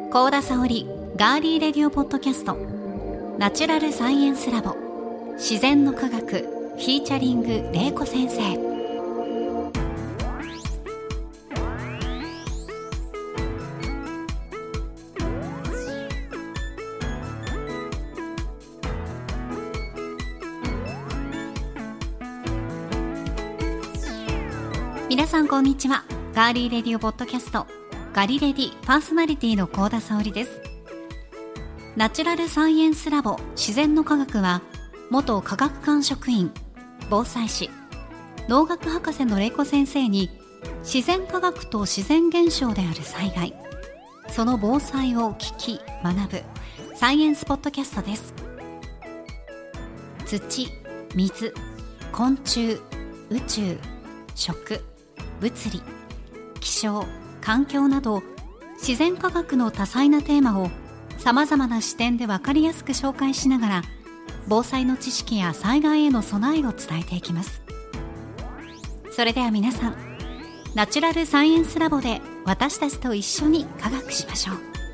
幸田沙織ガーリーレディオポッドキャスト、ナチュラルサイエンスラボ、自然の科学フィーチャリング玲子先生。皆さんこんにちは。ガーリーレディオポッドキャストガリレディパーソナリティの幸田沙織です。ナチュラルサイエンスラボ自然の科学は、元科学館職員、防災士、農学博士の玲子先生に、自然科学と自然現象である災害、その防災を聞き学ぶサイエンスポッドキャストです。土、水、昆虫、宇宙、食、物理、気象、環境など自然科学の多彩なテーマをさまざまな視点で分かりやすく紹介しながら、防災の知識や災害への備えを伝えていきます。それでは皆さん、ナチュラルサイエンスラボで私たちと一緒に科学しましょう。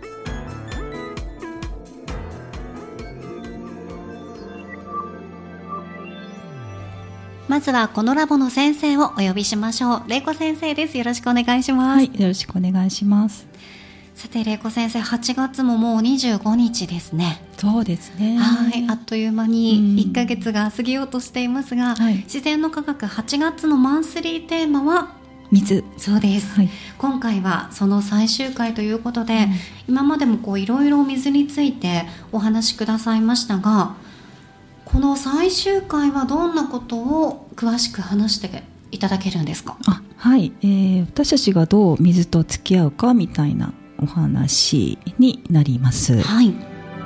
まずはこのラボの先生をお呼びしましょう。玲子先生です。よろしくお願いします。 はい、よろしくお願いします。 さて玲子先生、8月ももう25日ですね。 そうですね。 はい、あっという間に1ヶ月が過ぎようとしていますが、自然の科学8月のマンスリーテーマは水。 そうです、今回はその最終回ということで、今までもいろいろ水についてお話しくださいましたが、この最終回はどんなことを詳しく話していただけるんですか？ はい、私たちがどう水と付き合うかみたいなお話になります。はい、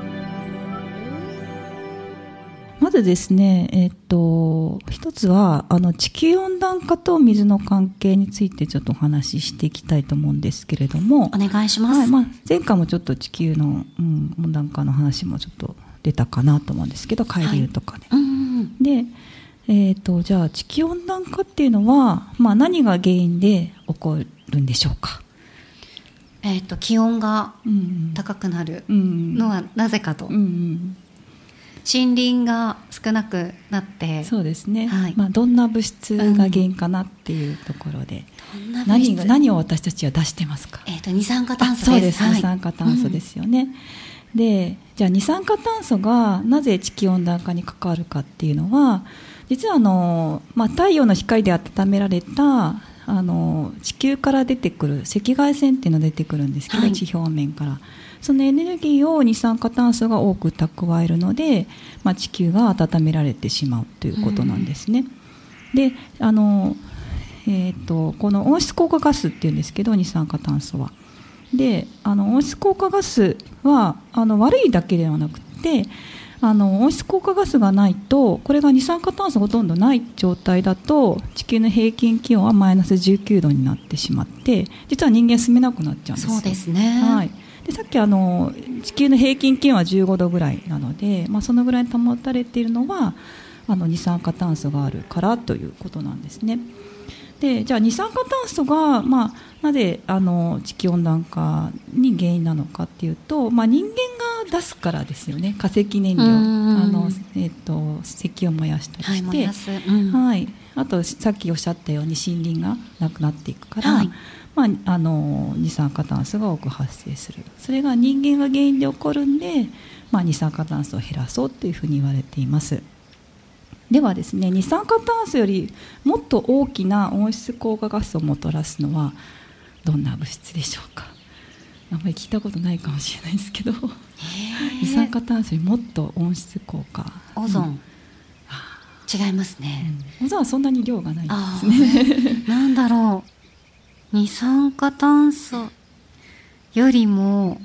まずですね、一つは地球温暖化と水の関係についてちょっとお話ししていきたいと思うんですけれども。 お願いします。 前回もちょっと地球の、温暖化の話もちょっと出たかなと思うんですけど、海流とかで、で、じゃあ地球温暖化っていうのは、何が原因で起こるんでしょうか？ 気温が高くなるのはなぜかと、森林が少なくなって、 そうですね、どんな物質が原因かなっていうところで、何を私たちは出してますか？ 二酸化炭素です。 そうです、二酸化炭素ですよね。で、じゃあ二酸化炭素がなぜ地球温暖化に関わるかっていうのは、実は太陽の光で温められた地球から出てくる赤外線っていうのが出てくるんですけど、地表面からそのエネルギーを二酸化炭素が多く蓄えるので、地球が温められてしまうということなんですね。で、この温室効果ガスっていうんですけど、二酸化炭素は。で、温室効果ガスは悪いだけではなくて、温室効果ガスがないと、これが二酸化炭素ほとんどない状態だと、地球の平均気温はマイナス19度になってしまって、実は人間住めなくなっちゃうんですよ。 そうですね。 で、さっき地球の平均気温は15度ぐらいなので、そのぐらい保たれているのは二酸化炭素があるからということなんですね。で、じゃあ二酸化炭素が、なぜ地球温暖化に原因なのかっていうと、人間が出すからですよね。化石燃料、石油を燃やしたりして、あとさっきおっしゃったように森林がなくなっていくから、二酸化炭素が多く発生する。それが人間が原因で起こるんで、二酸化炭素を減らそうというふうに言われています。ではですね、二酸化炭素よりもっと大きな温室効果ガスをもたらすのはどんな物質でしょうか？あんまり聞いたことないかもしれないですけど、二酸化炭素よりもっと温室効果、 オゾン、違いますね。 オゾンはそんなに量がないですね。 なんだろう、二酸化炭素よりも、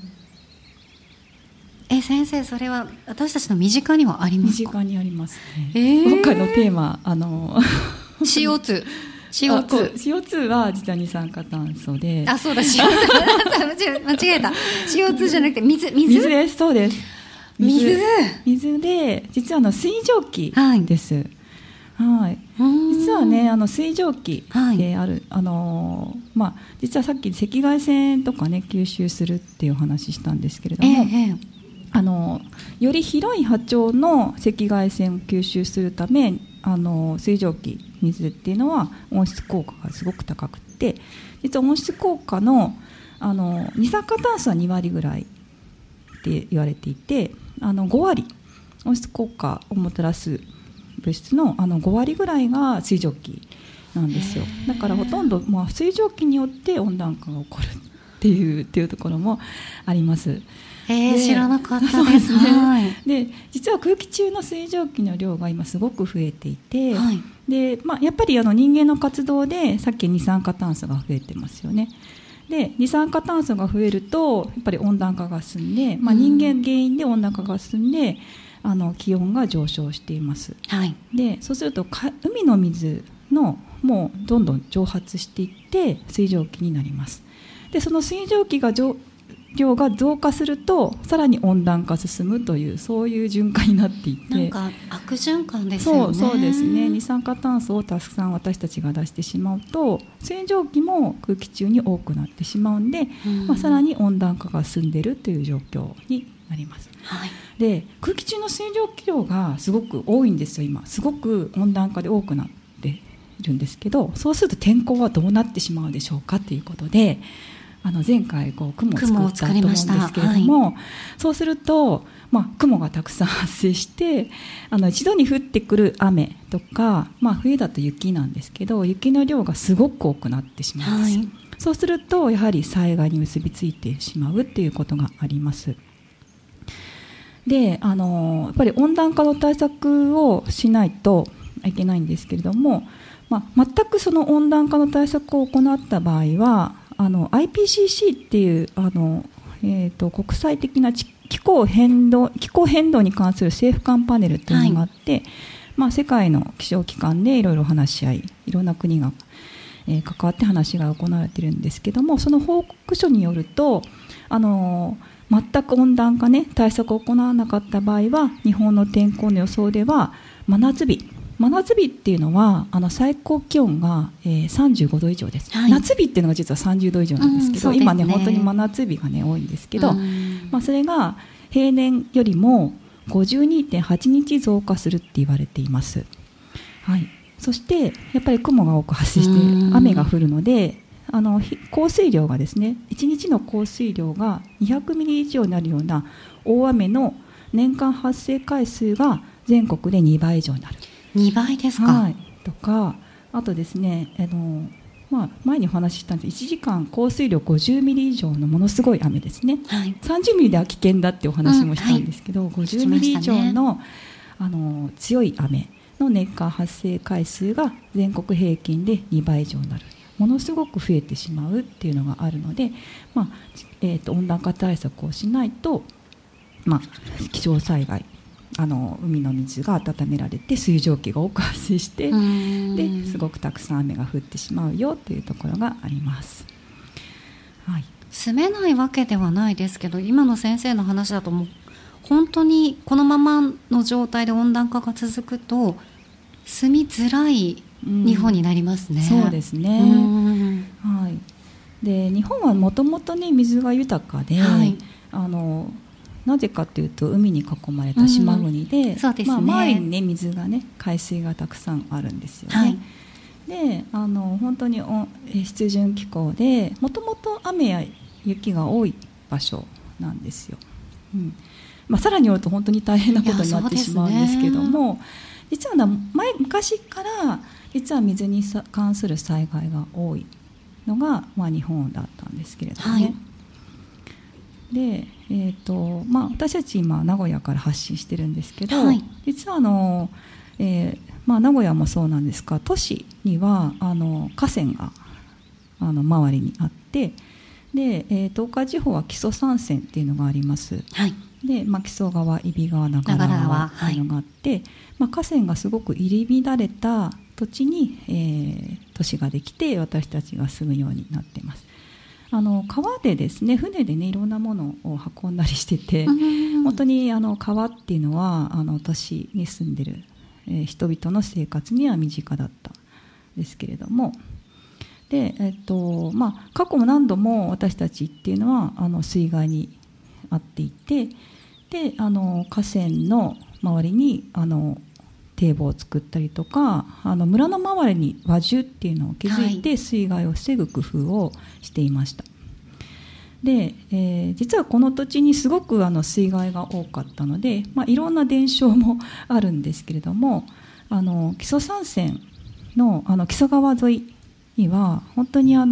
先生、それは私たちの身近にはありますか？ 身近にありますね。今回のテーマ、 CO2 CO2 は実は二酸化炭素で、 そうだ、CO2 間違えた。 CO2 じゃなくて水です。そうです、水で、実は水蒸気です。実実はね水蒸気である、実はさっき赤外線とかね吸収するっていう話したんですけれども、より広い波長の赤外線を吸収するため水蒸気水っていうのは温室効果がすごく高くて、実は温室効果の二酸化炭素は2割ぐらいって言われていて、5割温室効果をもたらす物質の5割ぐらいが水蒸気なんですよ。だからほとんど、水蒸気によって温暖化が起こるっていうところもあります。 知らなかったです。 で実は空気中の水蒸気の量が今すごく増えていて、でやっぱり人間の活動でさっき二酸化炭素が増えてますよね。で二酸化炭素が増えるとやっぱり温暖化が進んで、人間原因で温暖化が進んで気温が上昇しています。でそうすると海の水のもうどんどん蒸発していって水蒸気になります。でその水蒸気が量が増加するとさらに温暖化進むというそういう循環になっていて、 なんか悪循環ですよね。 そうですね。二酸化炭素をたくさん私たちが出してしまうと水蒸気も空気中に多くなってしまうんで、さらに温暖化が進んでいるという状況になります。で空気中の水蒸気量がすごく多いんですよ。今すごく温暖化で多くなっているんですけど、そうすると天候はどうなってしまうでしょうかということで、前回雲を作ったと思うんですけれども、そうすると、雲がたくさん発生して一度に降ってくる雨とか、冬だと雪なんですけど雪の量がすごく多くなってしまうんです。そうするとやはり災害に結びついてしまうっていうことがあります。でやっぱり温暖化の対策をしないといけないんですけれども、全くその温暖化の対策を行った場合はIPCC っていう国際的な気候変動に関する政府間パネルというのがあって、世界の気象機関でいろいろ話し合い、いろんな国が、関わって話が行われているんですけども、その報告書によると全く温暖化対策を行わなかった場合は日本の天候の予想では真夏日っていうのは最高気温が、35度以上です、夏日っていうのが実は30度以上なんですけど、今ね本当に真夏日が多いんですけど、それが平年よりも 52.8 日増加するって言われています。そしてやっぱり雲が多く発生して雨が降るので降水量がですね、1日の降水量が200ミリ以上になるような大雨の年間発生回数が全国で2倍以上になる。 2倍ですか。 とか、あとですね、前にお話ししたんです、1時間降水量50ミリ以上のものすごい雨ですね、30ミリでは危険だってお話もしたんですけど、50ミリ以上の、強い雨の年間発生回数が全国平均で2倍以上になる、ものすごく増えてしまうっていうのがあるので、温暖化対策をしないと、気象災害、海の水が温められて水蒸気が多く発生してですごくたくさん雨が降ってしまうよというところがあります。 住めないわけではないですけど、今の先生の話だともう本当にこのままの状態で温暖化が続くと住みづらい日本になりますね。 そうですね。で日本はもともと水が豊かで、なぜかというと海に囲まれた島国で、周りに水が海水がたくさんあるんですよね。で本当に湿潤気候でもともと雨や雪が多い場所なんですよ。さらによると本当に大変なことになってしまうんですけども、実は昔から実は水に関する災害が多いのが、日本だったんですけれどもね。で私たち今名古屋から発信してるんですけど、実は名古屋もそうなんですが、都市には河川が周りにあって、で、東海地方は木曽三川っていうのがあります。で木曽川、揖斐川、長良川っていうのがあって、河川がすごく入り乱れた土地に、都市ができて私たちが住むようになっています。川でですね、船でいろんなものを運んだりしてて、本当に川っていうのは都市に住んでる、人々の生活には身近だったですけれども、で、過去も何度も私たちっていうのは水害に遭っていて、で河川の周りに堤防を作ったりとか、村の周りに輪中っていうのを築いて水害を防ぐ工夫をしていました。で、実はこの土地にすごく水害が多かったので、いろんな伝承もあるんですけれども、木曽三川の木曽川沿いには本当に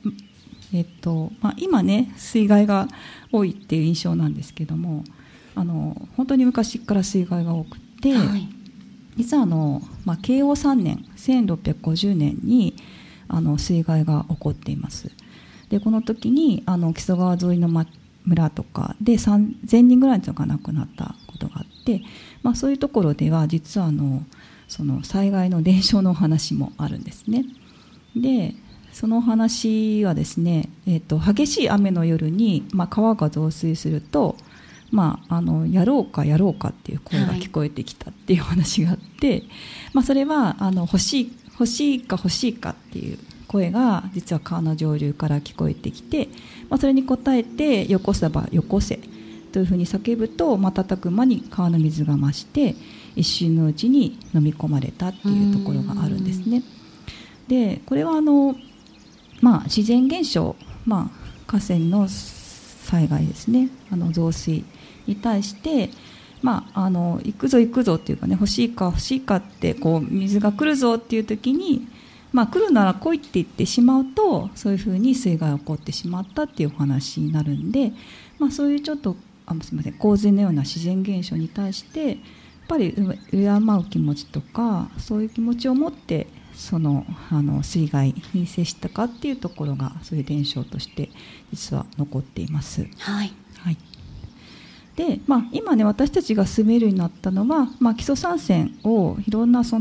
今ね水害が多いっていう印象なんですけども、本当に昔から水害が多くて、はい、実は慶応3年1650年に水害が起こっています。でこの時に木曽川沿いの、村とかで3000人ぐらいの人が亡くなったことがあって、そういうところでは実はその災害の伝承のお話もあるんですね。でその話はですね、激しい雨の夜に、川が増水すると、やろうかやろうかっていう声が聞こえてきたっていう話があって、それは欲しいか欲しいかっていう声が実は川の上流から聞こえてきて、それに応えてよこせばよこせというふうに叫ぶと、瞬く間に川の水が増して一瞬のうちに飲み込まれたっていうところがあるんですね。でこれは自然現象、河川の災害ですね、増水に対して、行くぞ行くぞっていうかね、欲しいか欲しいかって水が来るぞっていう時に、来るなら来いって言ってしまうと、そういうふうに水害が起こってしまったっていうお話になるんで、そういうちょっとすみません、洪水のような自然現象に対してやっぱり敬う気持ちとか、そういう気持ちを持って水害に接したかっていうところが、そういう伝承として実は残っています。はいはい。で、今ね私たちが住めるようになったのは、木曽三川をいろんな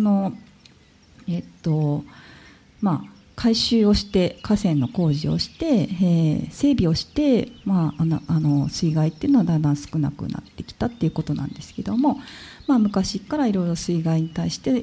改修をして河川の工事をして、整備をして、水害っていうのはだんだん少なくなってきたっていうことなんですけども、昔からいろいろ水害に対して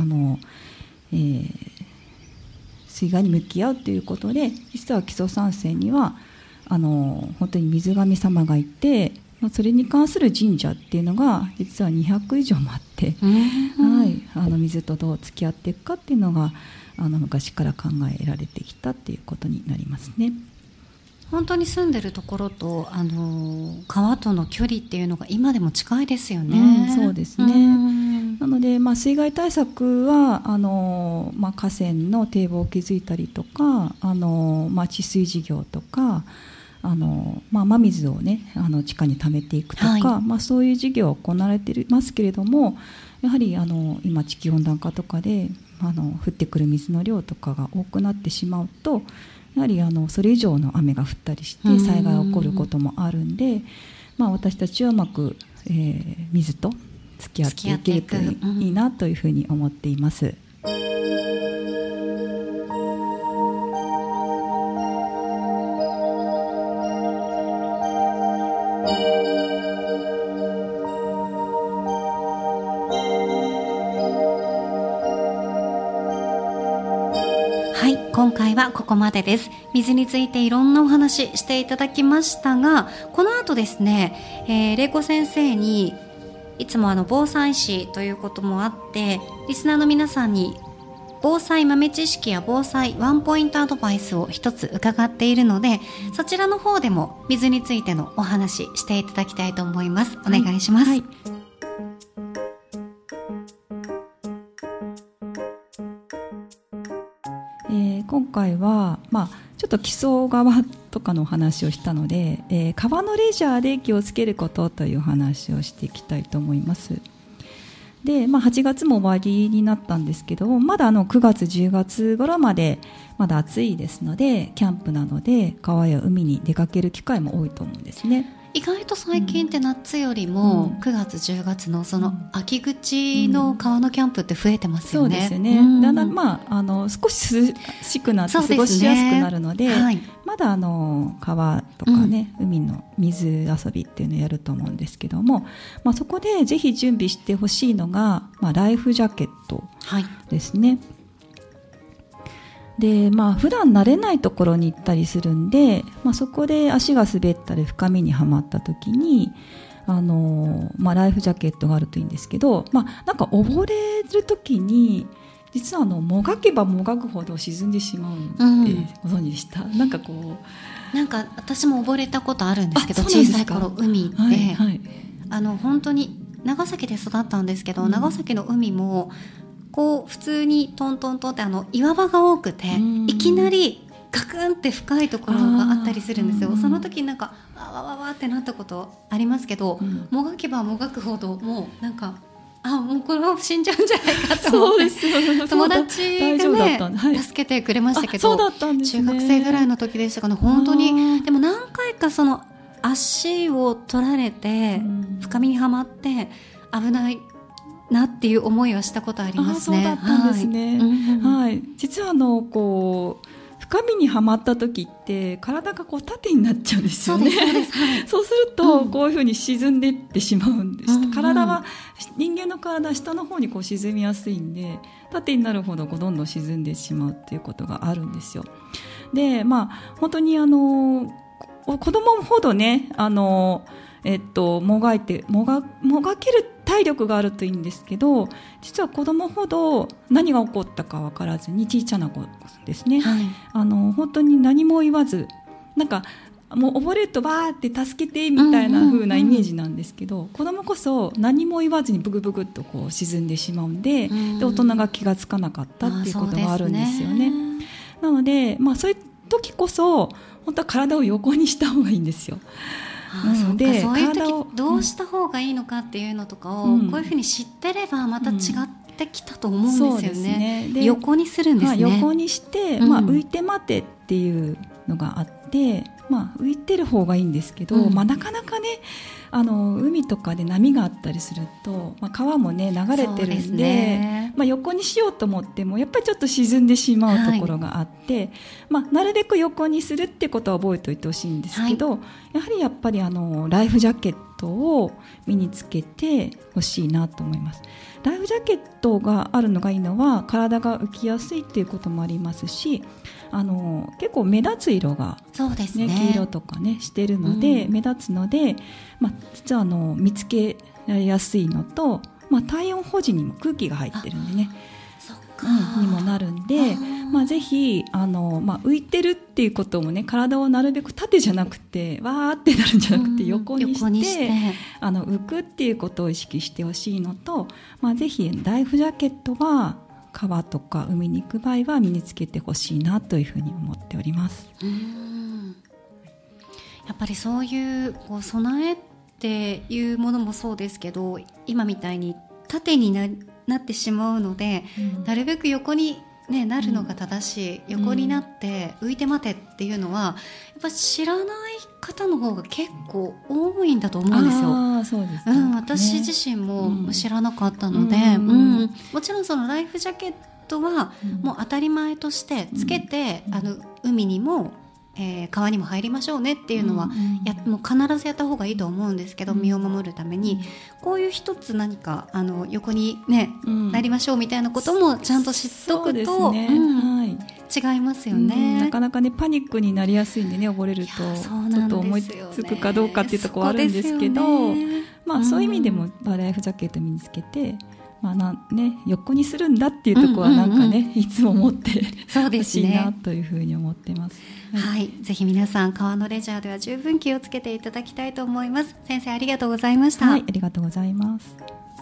水害に向き合うということで、実は木曽三川には本当に水神様がいて、それに関する神社っていうのが実は200以上もあって、はい、水とどう付き合っていくかっていうのが昔から考えられてきたっていうことになりますね。 本当に住んでるところと川との距離っていうのが今でも近いですよね。 そうですね。なので、水害対策は河川の堤防を築いたりとか治水事業とか真水をね地下に溜めていくとか、そういう事業は行われていますけれども、やはり今地球温暖化とかで降ってくる水の量とかが多くなってしまうと、やはりそれ以上の雨が降ったりして災害が起こることもあるんで、私たちはうまく、水と付き合っていけるといいなというふうに思っています。 今回はここまでです。水についていろんなお話していただきましたが、この後ですね、玲子先生にいつも防災士ということもあって、リスナーの皆さんに防災豆知識や防災ワンポイントアドバイスを一つ伺っているので、そちらの方でも水についてのお話していただきたいと思います。お願いします。 今回は、ちょっと木曽川とかのお話をしたので、川のレジャーで気をつけることというお話をしていきたいと思います。で、8月も終わりになったんですけど、まだ9月10月頃までまだ暑いですので、キャンプなどで川や海に出かける機会も多いと思うんですね。 意外と最近って夏よりも9月10月のその秋口の川のキャンプって増えてますよね。 そうですね。だんだん少し涼しくなって過ごしやすくなるので、まだ川とかね、海の水遊びっていうのをやると思うんですけども、そこでぜひ準備してほしいのが、ライフジャケットですね。 で、普段慣れないところに行ったりするんで、そこで足が滑ったり深みにはまった時にライフジャケットがあるといいんですけど、なんか溺れる時に実はもがけばもがくほど沈んでしまうんで、ご存知でした？なんか私も溺れたことあるんですけど、小さい頃海で、本当に長崎で育ったんですけど、長崎の海もこう普通にトントントンって岩場が多くて、いきなりガクンって深いところがあったりするんですよ。その時になんかわわわわってなったことありますけど、もがけばもがくほどもうなんかもうこれは死んじゃうんじゃないかと思って友達がね、助けてくれましたけど、中学生ぐらいの時でしたかね。本当にでも何回かその足を取られて深みにはまって危ないなっていう思いはしたことありますね。 そうだったんですね。実は深みにはまった時って体が縦になっちゃうんですよね。そうするとこういうふうに沈んでいってしまうんです。人間の体は下の方に沈みやすいんで、縦になるほどどんどん沈んでしまうっていうことがあるんですよ。で、本当に子供ほどねもがける体力があるといいんですけど、実は子供ほど何が起こったか分からずに小さな子ですね、本当に何も言わず、なんかもう溺れるとバーって助けてみたいな風なイメージなんですけど、子供こそ何も言わずにブクブクっと沈んでしまうんで、大人が気がつかなかったっていうことがあるんですよね。なので、そういう時こそ本当は体を横にした方がいいんですよ。 そういう時どうした方がいいのかっていうのとかを、こういうふうに知ってればまた違ってきたと思うんですよね。で、横にするんですね。 横にして、浮いて待てっていうのがあって、浮いてる方がいいんですけど、なかなかね海とかで波があったりすると、川もね流れてるんで、横にしようと思ってもやっぱりちょっと沈んでしまうところがあって、なるべく横にするってことは覚えておいてほしいんですけど、やっぱりライフジャケットを身につけてほしいなと思います。ライフジャケットがあるのがいいのは体が浮きやすいっていうこともありますし、結構目立つ色が、黄色とかねしてるので、目立つので、実は見つけられやすいのと、体温保持にも空気が入ってるんでね、にもなるんで、ぜひ浮いてるっていうこともね、体をなるべく縦じゃなくてわーってなるんじゃなくて横にして浮くっていうことを意識してほしいのと、ぜひライフジャケットは川とか海に行く場合は身につけてほしいなというふうに思っております。 やっぱりそういう備えっていうものもそうですけど、今みたいに縦になってしまうので、なるべく横に、なるのが正しい、横になって浮いて待てっていうのはやっぱ知らない方の方が結構多いんだと思うんですよ。 そうですね。 私自身も知らなかったので、もちろんそのライフジャケットはもう当たり前としてつけて、海にも川にも入りましょうねっていうのは、もう必ずやった方がいいと思うんですけど、身を守るためにこういう一つ何か横に、なりましょうみたいなこともちゃんと知っとくと、違いますよね。 なかなかねパニックになりやすいんでね、溺れるとちょっと思いつくかどうかっていうところはあるんですけど、そういう意味でもライフジャケット身につけて、横にするんだっていうところはなんかね、いつも思ってほしいなというふうに思ってます。 ぜひ皆さん川のレジャーでは十分気をつけていただきたいと思います。先生ありがとうございました。 ありがとうございます。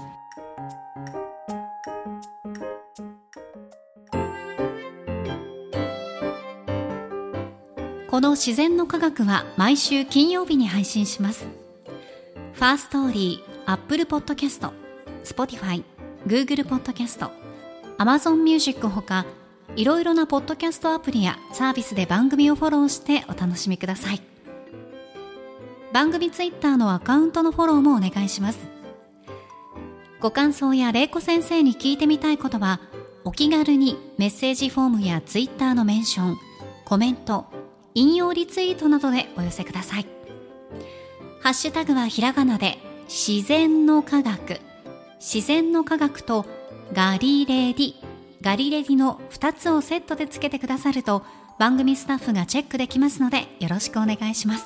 この自然の科学は毎週金曜日に配信します。ファーストーリー、Apple Podcast、Spotify、Google Podcast、Amazon Music ほか、いろいろなポッドキャストアプリやサービスで番組をフォローしてお楽しみください。番組ツイッターのアカウントのフォローもお願いします。ご感想や玲子先生に聞いてみたいことは、お気軽にメッセージフォームやツイッターのメンション、コメント、引用リツイートなどでお寄せください。ハッシュタグはひらがなで自然の科学、自然の科学とガリレディ、 ガリレディの2つをセットでつけてくださると番組スタッフがチェックできますのでよろしくお願いします。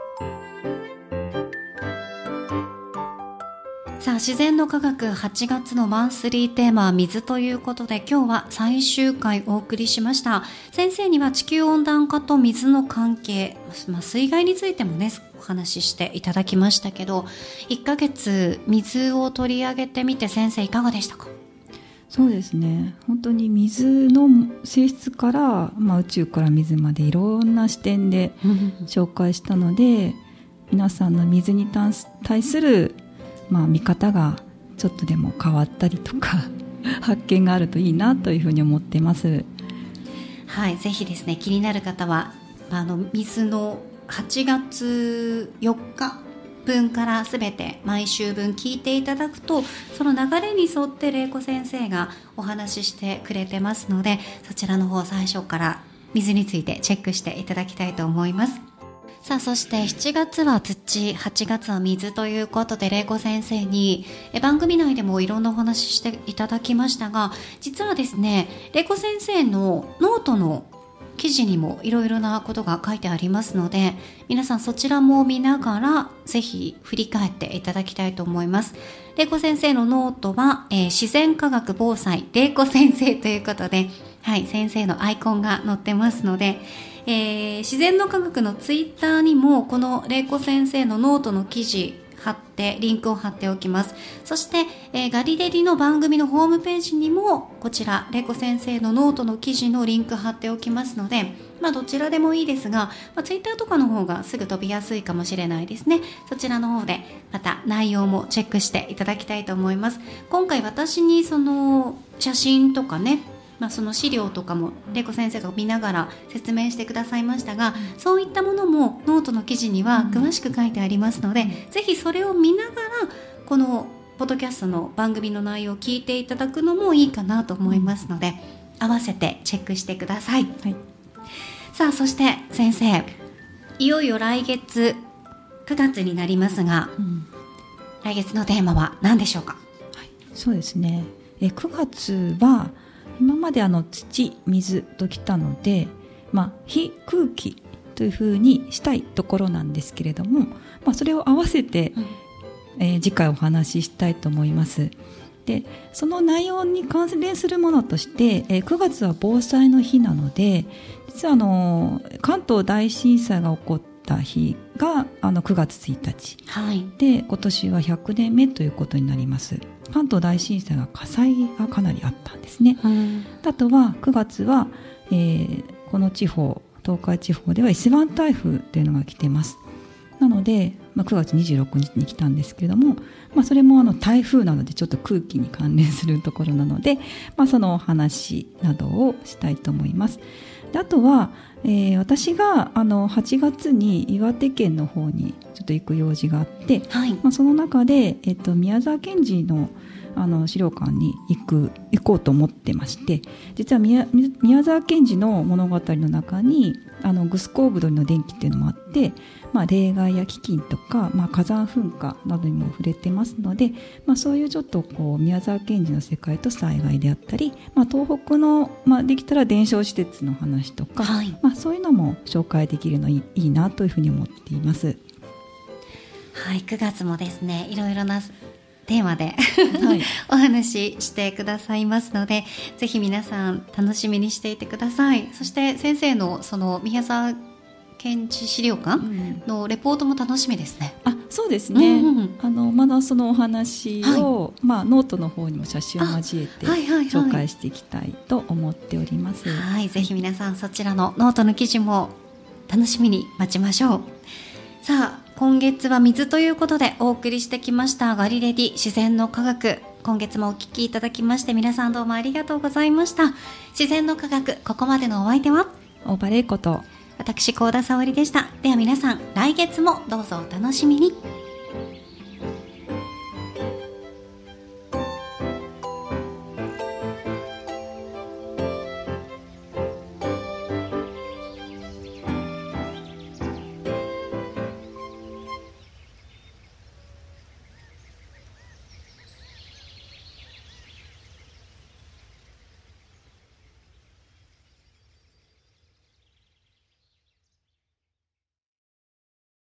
さあ、自然の科学8月のマンスリーテーマは水ということで、今日は最終回お送りしました。先生には地球温暖化と水の関係、水害についてもねお話ししていただきましたけど、1ヶ月水を取り上げてみて先生いかがでしたか？ そうですね、本当に水の性質から、宇宙から水までいろんな視点で紹介したので、皆さんの水に対する見方がちょっとでも変わったりとか発見があるといいなというふうに思っています。 はい、ぜひですね、気になる方は水の8月4日分からすべて毎週分聞いていただくと、その流れに沿って玲子先生がお話ししてくれてますので、そちらの方最初から水についてチェックしていただきたいと思います。さあ、そして7月は土、8月は水ということで、玲子先生に番組内でもいろんなお話ししていただきましたが、実はですね、玲子先生のノートの記事にもいろいろなことが書いてありますので、皆さんそちらも見ながらぜひ振り返っていただきたいと思います。玲子先生のノートは、自然科学防災玲子先生ということで、はい、先生のアイコンが載ってますので、自然の科学のツイッターにもこの玲子先生のノートの記事リンクを貼っておきます。そして、ガリレディの番組のホームページにもこちら玲子先生のノートの記事のリンク貼っておきますので、どちらでもいいですが、ツイッターとかの方がすぐ飛びやすいかもしれないですね。そちらの方でまた内容もチェックしていただきたいと思います。今回私にその写真とかね、その資料とかも玲子先生が見ながら説明してくださいましたが、そういったものもノートの記事には詳しく書いてありますので、ぜひそれを見ながらこのポッドキャストの番組の内容を聞いていただくのもいいかなと思いますので、合わせてチェックしてください。はい、さあ、そして先生、いよいよ来月9月になりますが、来月のテーマは何でしょうか？ はい、そうですね、9月は今まで土、水ときたので、火、空気というふうにしたいところなんですけれども、それを合わせて、次回お話ししたいと思います。で、その内容に関連するものとして、9月は防災の日なので、実は関東大震災が起こった日が9月1日、はい、で今年は100年目ということになります。関東大震災が火災がかなりあったんですね。あとは9月は、この地方、東海地方では伊勢湾台風というのが来ています。なので、9月26日に来たんですけれども、それも台風なのでちょっと空気に関連するところなので、そのお話などをしたいと思います。で、あとは、私が8月に岩手県の方にちょっと行く用事があって、はい、その中で、宮沢賢治の資料館に行こうと思ってまして、実は宮沢賢治の物語の中にグスコーブドリの伝記っていうのもあって、冷害や飢饉とか、火山噴火などにも触れてますので、そういうちょっと宮沢賢治の世界と災害であったり、東北の、できたら伝承施設の話とか、はい、そういうのも紹介できるのいいなというふうに思っています。 はい、9月もですね、いろいろなテーマで、はい、お話ししてくださいますので、ぜひ皆さん楽しみにしていてください。そして先生のその宮沢賢治資料館のレポートも楽しみですね。 そうですね、まだそのお話を、はい、ノートの方にも写真を交えて紹介していきたいと思っております。 はい、ぜひ皆さんそちらのノートの記事も楽しみに待ちましょう。さあ、今月は水ということでお送りしてきましたガリレディ自然の科学、今月もお聞きいただきまして皆さんどうもありがとうございました。自然の科学、ここまでのお相手は大場玲子と私、幸田沙織でした。では皆さん、来月もどうぞお楽しみに。